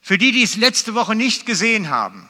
Für die es letzte Woche nicht gesehen haben,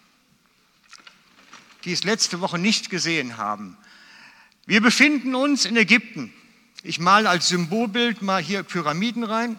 wir befinden uns in Ägypten. Ich male als Symbolbild mal hier Pyramiden rein.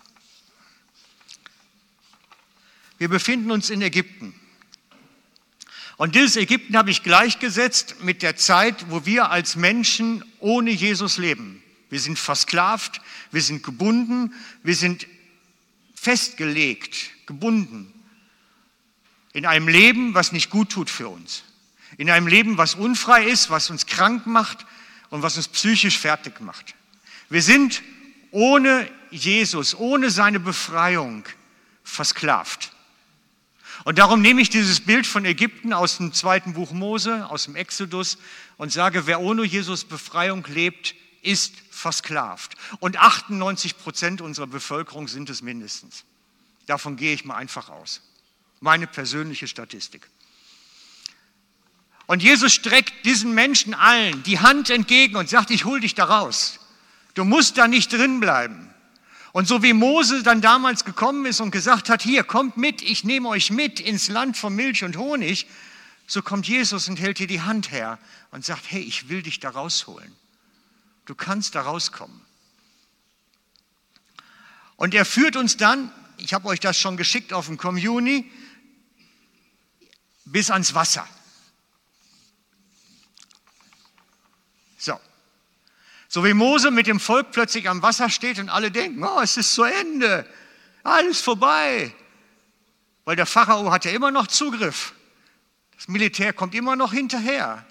Wir befinden uns in Ägypten. Und dieses Ägypten habe ich gleichgesetzt mit der Zeit, wo wir als Menschen ohne Jesus leben. Wir sind versklavt, wir sind gebunden, wir sind festgelegt, gebunden in einem Leben, was nicht gut tut für uns. In einem Leben, was unfrei ist, was uns krank macht und was uns psychisch fertig macht. Wir sind ohne Jesus, ohne seine Befreiung versklavt. Und darum nehme ich dieses Bild von Ägypten aus dem 2. Buch Mose, aus dem Exodus und sage, wer ohne Jesus Befreiung lebt, ist versklavt. Und 98% unserer Bevölkerung sind es mindestens. Davon gehe ich mal einfach aus. Meine persönliche Statistik. Und Jesus streckt diesen Menschen allen die Hand entgegen und sagt, ich hol dich da raus. Du musst da nicht drin bleiben. Und so wie Mose dann damals gekommen ist und gesagt hat, hier, kommt mit, ich nehme euch mit ins Land von Milch und Honig, so kommt Jesus und hält dir die Hand her und sagt, hey, ich will dich da rausholen. Du kannst da rauskommen. Und er führt uns dann, ich habe euch das schon geschickt auf dem Community, bis ans Wasser. So wie Mose mit dem Volk plötzlich am Wasser steht und alle denken, oh, es ist zu Ende, alles vorbei. Weil der Pharao hat ja immer noch Zugriff. Das Militär kommt immer noch hinterher.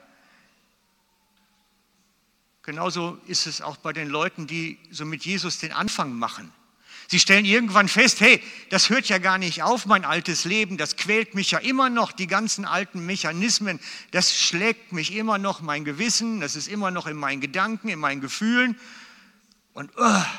Genauso ist es auch bei den Leuten, die so mit Jesus den Anfang machen. Sie stellen irgendwann fest, hey, das hört ja gar nicht auf, mein altes Leben, das quält mich ja immer noch, die ganzen alten Mechanismen, das schlägt mich immer noch, mein Gewissen, das ist immer noch in meinen Gedanken, in meinen Gefühlen. Und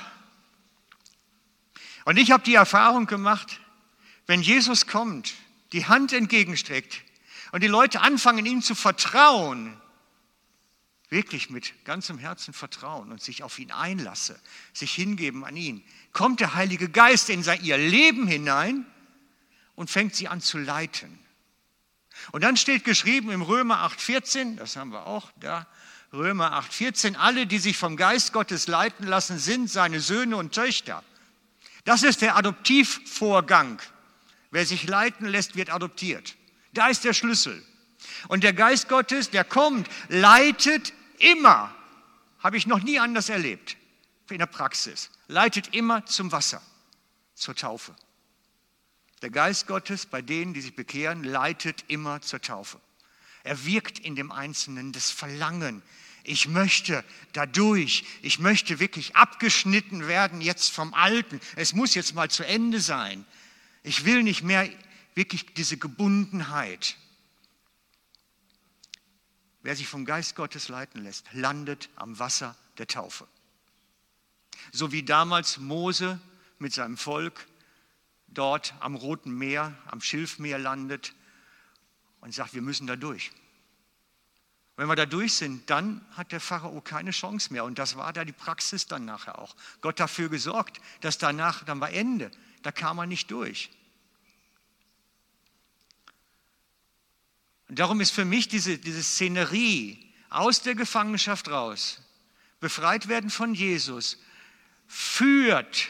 ich habe die Erfahrung gemacht, wenn Jesus kommt, die Hand entgegenstreckt und die Leute anfangen, ihm zu vertrauen, wirklich mit ganzem Herzen vertrauen und sich auf ihn einlasse, sich hingeben an ihn, kommt der Heilige Geist in ihr Leben hinein und fängt sie an zu leiten. Und dann steht geschrieben im Römer 8,14, das haben wir auch da, Römer 8,14, alle, die sich vom Geist Gottes leiten lassen, sind seine Söhne und Töchter. Das ist der Adoptivvorgang. Wer sich leiten lässt, wird adoptiert. Da ist der Schlüssel. Und der Geist Gottes, der kommt, leitet immer, habe ich noch nie anders erlebt, in der Praxis, leitet immer zum Wasser, zur Taufe. Der Geist Gottes bei denen, die sich bekehren, leitet immer zur Taufe. Er wirkt in dem Einzelnen das Verlangen. Ich möchte dadurch, ich möchte wirklich abgeschnitten werden jetzt vom Alten. Es muss jetzt mal zu Ende sein. Ich will nicht mehr wirklich diese Gebundenheit. Wer sich vom Geist Gottes leiten lässt, landet am Wasser der Taufe. So wie damals Mose mit seinem Volk dort am Roten Meer, am Schilfmeer landet und sagt, wir müssen da durch. Wenn wir da durch sind, dann hat der Pharao keine Chance mehr. Und das war da die Praxis dann nachher auch. Gott dafür gesorgt, dass danach, dann war Ende. Da kam er nicht durch. Und darum ist für mich diese Szenerie aus der Gefangenschaft raus, befreit werden von Jesus, führt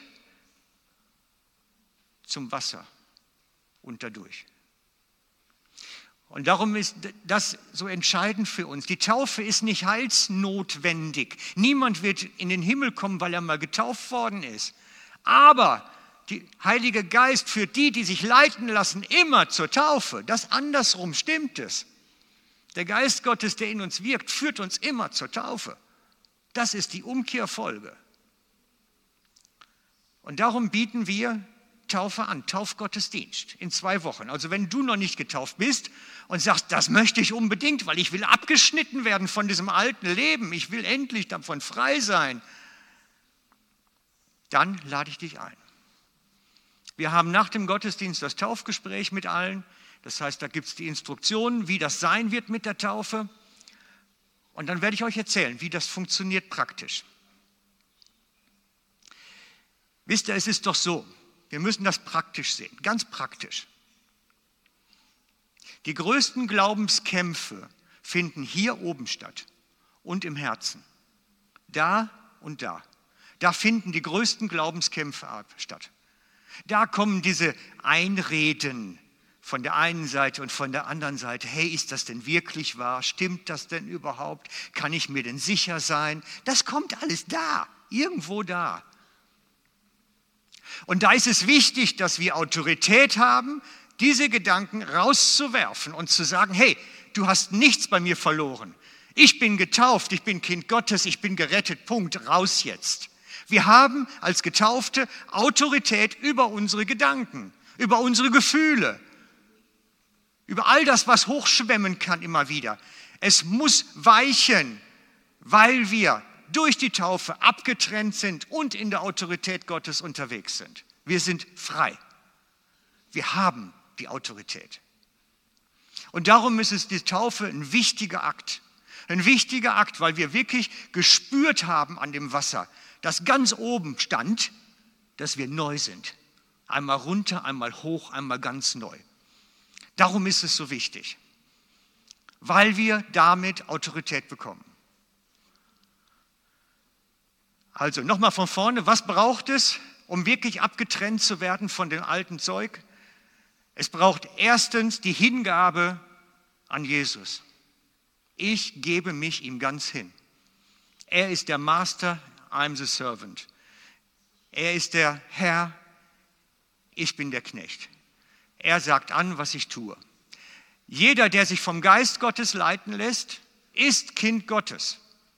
zum Wasser und dadurch. Und darum ist das so entscheidend für uns. Die Taufe ist nicht heilsnotwendig. Niemand wird in den Himmel kommen, weil er mal getauft worden ist. Aber der Heilige Geist führt die sich leiten lassen, immer zur Taufe. Das andersrum stimmt es. Der Geist Gottes, der in uns wirkt, führt uns immer zur Taufe. Das ist die Umkehrfolge. Und darum bieten wir Taufe an, Taufgottesdienst in 2 Wochen. Also wenn du noch nicht getauft bist und sagst, das möchte ich unbedingt, weil ich will abgeschnitten werden von diesem alten Leben, ich will endlich davon frei sein, dann lade ich dich ein. Wir haben nach dem Gottesdienst das Taufgespräch mit allen. Das heißt, da gibt es die Instruktionen, wie das sein wird mit der Taufe. Und dann werde ich euch erzählen, wie das funktioniert praktisch. Wisst ihr, es ist doch so, Wir müssen das praktisch sehen, ganz praktisch. Die größten Glaubenskämpfe finden hier oben statt und im Herzen. Da und da. Da finden die größten Glaubenskämpfe statt. Da kommen diese Einreden von der einen Seite und von der anderen Seite. Hey, ist das denn wirklich wahr? Stimmt das denn überhaupt? Kann ich mir denn sicher sein? Das kommt alles da, irgendwo da. Und da ist es wichtig, dass wir Autorität haben, diese Gedanken rauszuwerfen und zu sagen, hey, du hast nichts bei mir verloren. Ich bin getauft, ich bin Kind Gottes, ich bin gerettet, Punkt, raus jetzt. Wir haben als Getaufte Autorität über unsere Gedanken, über unsere Gefühle, über all das, was hochschwemmen kann immer wieder. Es muss weichen, weil wir durch die Taufe abgetrennt sind und in der Autorität Gottes unterwegs sind. Wir sind frei. Wir haben die Autorität. Und darum ist es die Taufe ein wichtiger Akt. Ein wichtiger Akt, weil wir wirklich gespürt haben an dem Wasser, das ganz oben stand, dass wir neu sind. Einmal runter, einmal hoch, einmal ganz neu. Darum ist es so wichtig, weil wir damit Autorität bekommen. Also nochmal von vorne, was braucht es, um wirklich abgetrennt zu werden von dem alten Zeug? Es braucht erstens die Hingabe an Jesus. Ich gebe mich ihm ganz hin. Er ist der Master, I'm the servant. Er ist der Herr, ich bin der Knecht. Er sagt an, was ich tue. Jeder, der sich vom Geist Gottes leiten lässt, ist Kind Gottes.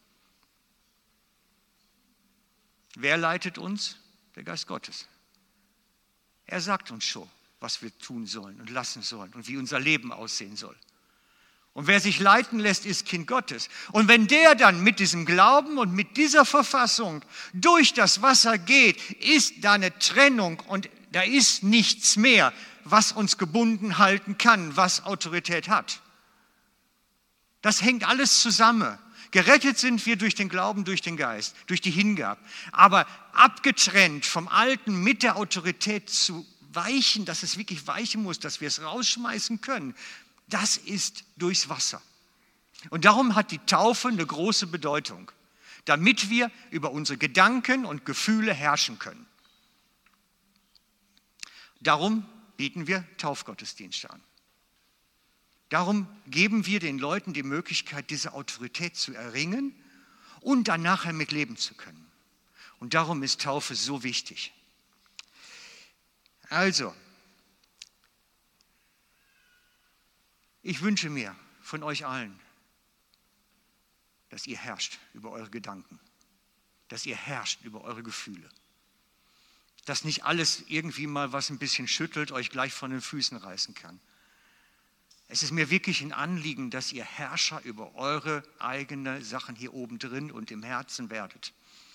Wer leitet uns? Der Geist Gottes. Er sagt uns schon, was wir tun sollen und lassen sollen und wie unser Leben aussehen soll. Und wer sich leiten lässt, ist Kind Gottes. Und wenn der dann mit diesem Glauben und mit dieser Verfassung durch das Wasser geht, ist da eine Trennung und da ist nichts mehr, was uns gebunden halten kann, was Autorität hat. Das hängt alles zusammen. Gerettet sind wir durch den Glauben, durch den Geist, durch die Hingabe. Aber abgetrennt vom Alten mit der Autorität zu weichen, dass es wirklich weichen muss, dass wir es rausschmeißen können, das ist durchs Wasser. Und darum hat die Taufe eine große Bedeutung, damit wir über unsere Gedanken und Gefühle herrschen können. Darum bieten wir Taufgottesdienste an. Darum geben wir den Leuten die Möglichkeit, diese Autorität zu erringen und dann nachher mit leben zu können. Und darum ist Taufe so wichtig. Also, ich wünsche mir von euch allen, dass ihr herrscht über eure Gedanken, dass ihr herrscht über eure Gefühle, dass nicht alles irgendwie mal, was ein bisschen schüttelt, euch gleich von den Füßen reißen kann. Es ist mir wirklich ein Anliegen, dass ihr Herrscher über eure eigenen Sachen hier oben drin und im Herzen werdet.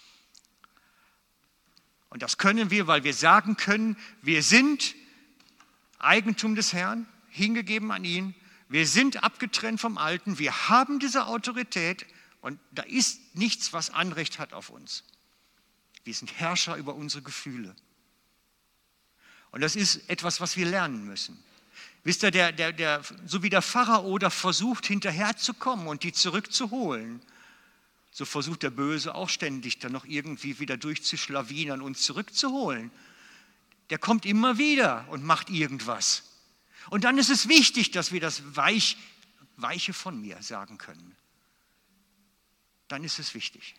Und das können wir, weil wir sagen können, wir sind Eigentum des Herrn, hingegeben an ihn. Wir sind abgetrennt vom Alten, wir haben diese Autorität und da ist nichts, was Anrecht hat auf uns. Wir sind Herrscher über unsere Gefühle. Und das ist etwas, was wir lernen müssen. Wisst ihr, so wie der Pharao da versucht, hinterherzukommen und die zurückzuholen, so versucht der Böse auch ständig, dann noch irgendwie wieder durchzuschlawinern und zurückzuholen. Der kommt immer wieder und macht irgendwas. Und dann ist es wichtig, dass wir das Weiche von mir sagen können. Dann ist es wichtig.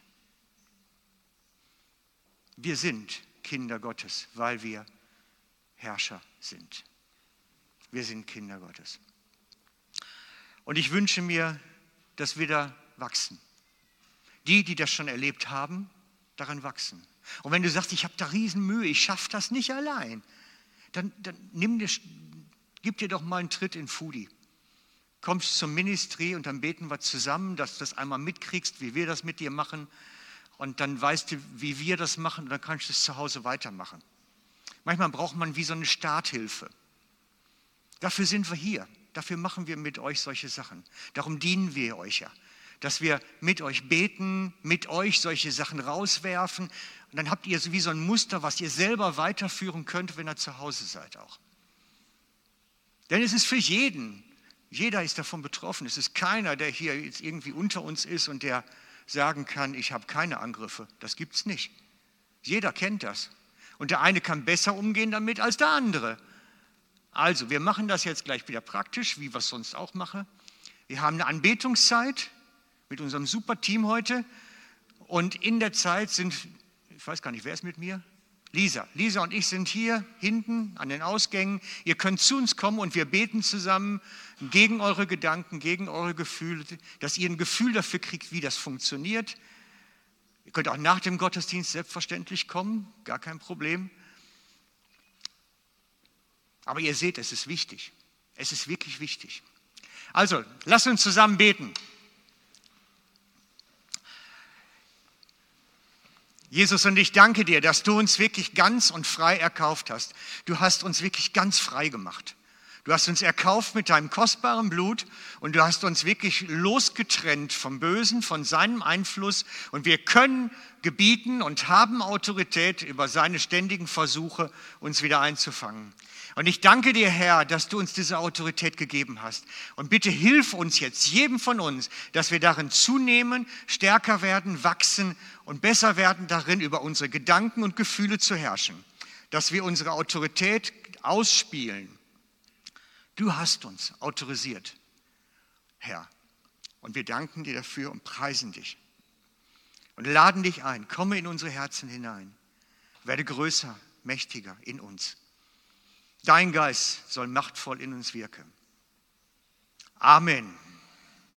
Wir sind Kinder Gottes, weil wir Herrscher sind. Wir sind Kinder Gottes. Und ich wünsche mir, dass wir da wachsen. Die das schon erlebt haben, daran wachsen. Und wenn du sagst, ich habe da Riesenmühe, ich schaffe das nicht allein, dann gib dir doch mal einen Tritt in Foodie. Kommst zum Ministry und dann beten wir zusammen, dass du das einmal mitkriegst, wie wir das mit dir machen. Und dann weißt du, wie wir das machen und dann kannst du es zu Hause weitermachen. Manchmal braucht man wie so eine Starthilfe. Dafür sind wir hier. Dafür machen wir mit euch solche Sachen. Darum dienen wir euch ja. dass wir mit euch beten, mit euch solche Sachen rauswerfen. Und dann habt ihr wie so ein Muster, was ihr selber weiterführen könnt, wenn ihr zu Hause seid auch. Denn es ist für jeden, jeder ist davon betroffen. Es ist keiner, der hier jetzt irgendwie unter uns ist und der sagen kann, ich habe keine Angriffe. Das gibt es nicht. Jeder kennt das. Und der eine kann besser umgehen damit als der andere. Also, wir machen das jetzt gleich wieder praktisch, wie wir es sonst auch machen. Wir haben eine Anbetungszeit mit unserem super Team heute. Und in der Zeit sind, ich weiß gar nicht, wer ist mit mir? Lisa. Lisa und ich sind hier hinten an den Ausgängen. Ihr könnt zu uns kommen und wir beten zusammen gegen eure Gedanken, gegen eure Gefühle, dass ihr ein Gefühl dafür kriegt, wie das funktioniert. Ihr könnt auch nach dem Gottesdienst selbstverständlich kommen, gar kein Problem. Aber ihr seht, es ist wichtig. Es ist wirklich wichtig. Also, lasst uns zusammen beten. Jesus, und ich danke dir, dass du uns wirklich ganz und frei erkauft hast. Du hast uns wirklich ganz frei gemacht. Du hast uns erkauft mit deinem kostbaren Blut und du hast uns wirklich losgetrennt vom Bösen, von seinem Einfluss. Und wir können gebieten und haben Autorität über seine ständigen Versuche, uns wieder einzufangen. Und ich danke dir, Herr, dass du uns diese Autorität gegeben hast. Und bitte hilf uns jetzt, jedem von uns, dass wir darin zunehmen, stärker werden, wachsen und besser werden darin, über unsere Gedanken und Gefühle zu herrschen. Dass wir unsere Autorität ausspielen. Du hast uns autorisiert, Herr. Und wir danken dir dafür und preisen dich. Und laden dich ein, komme in unsere Herzen hinein. Werde größer, mächtiger in uns. Dein Geist soll machtvoll in uns wirken. Amen.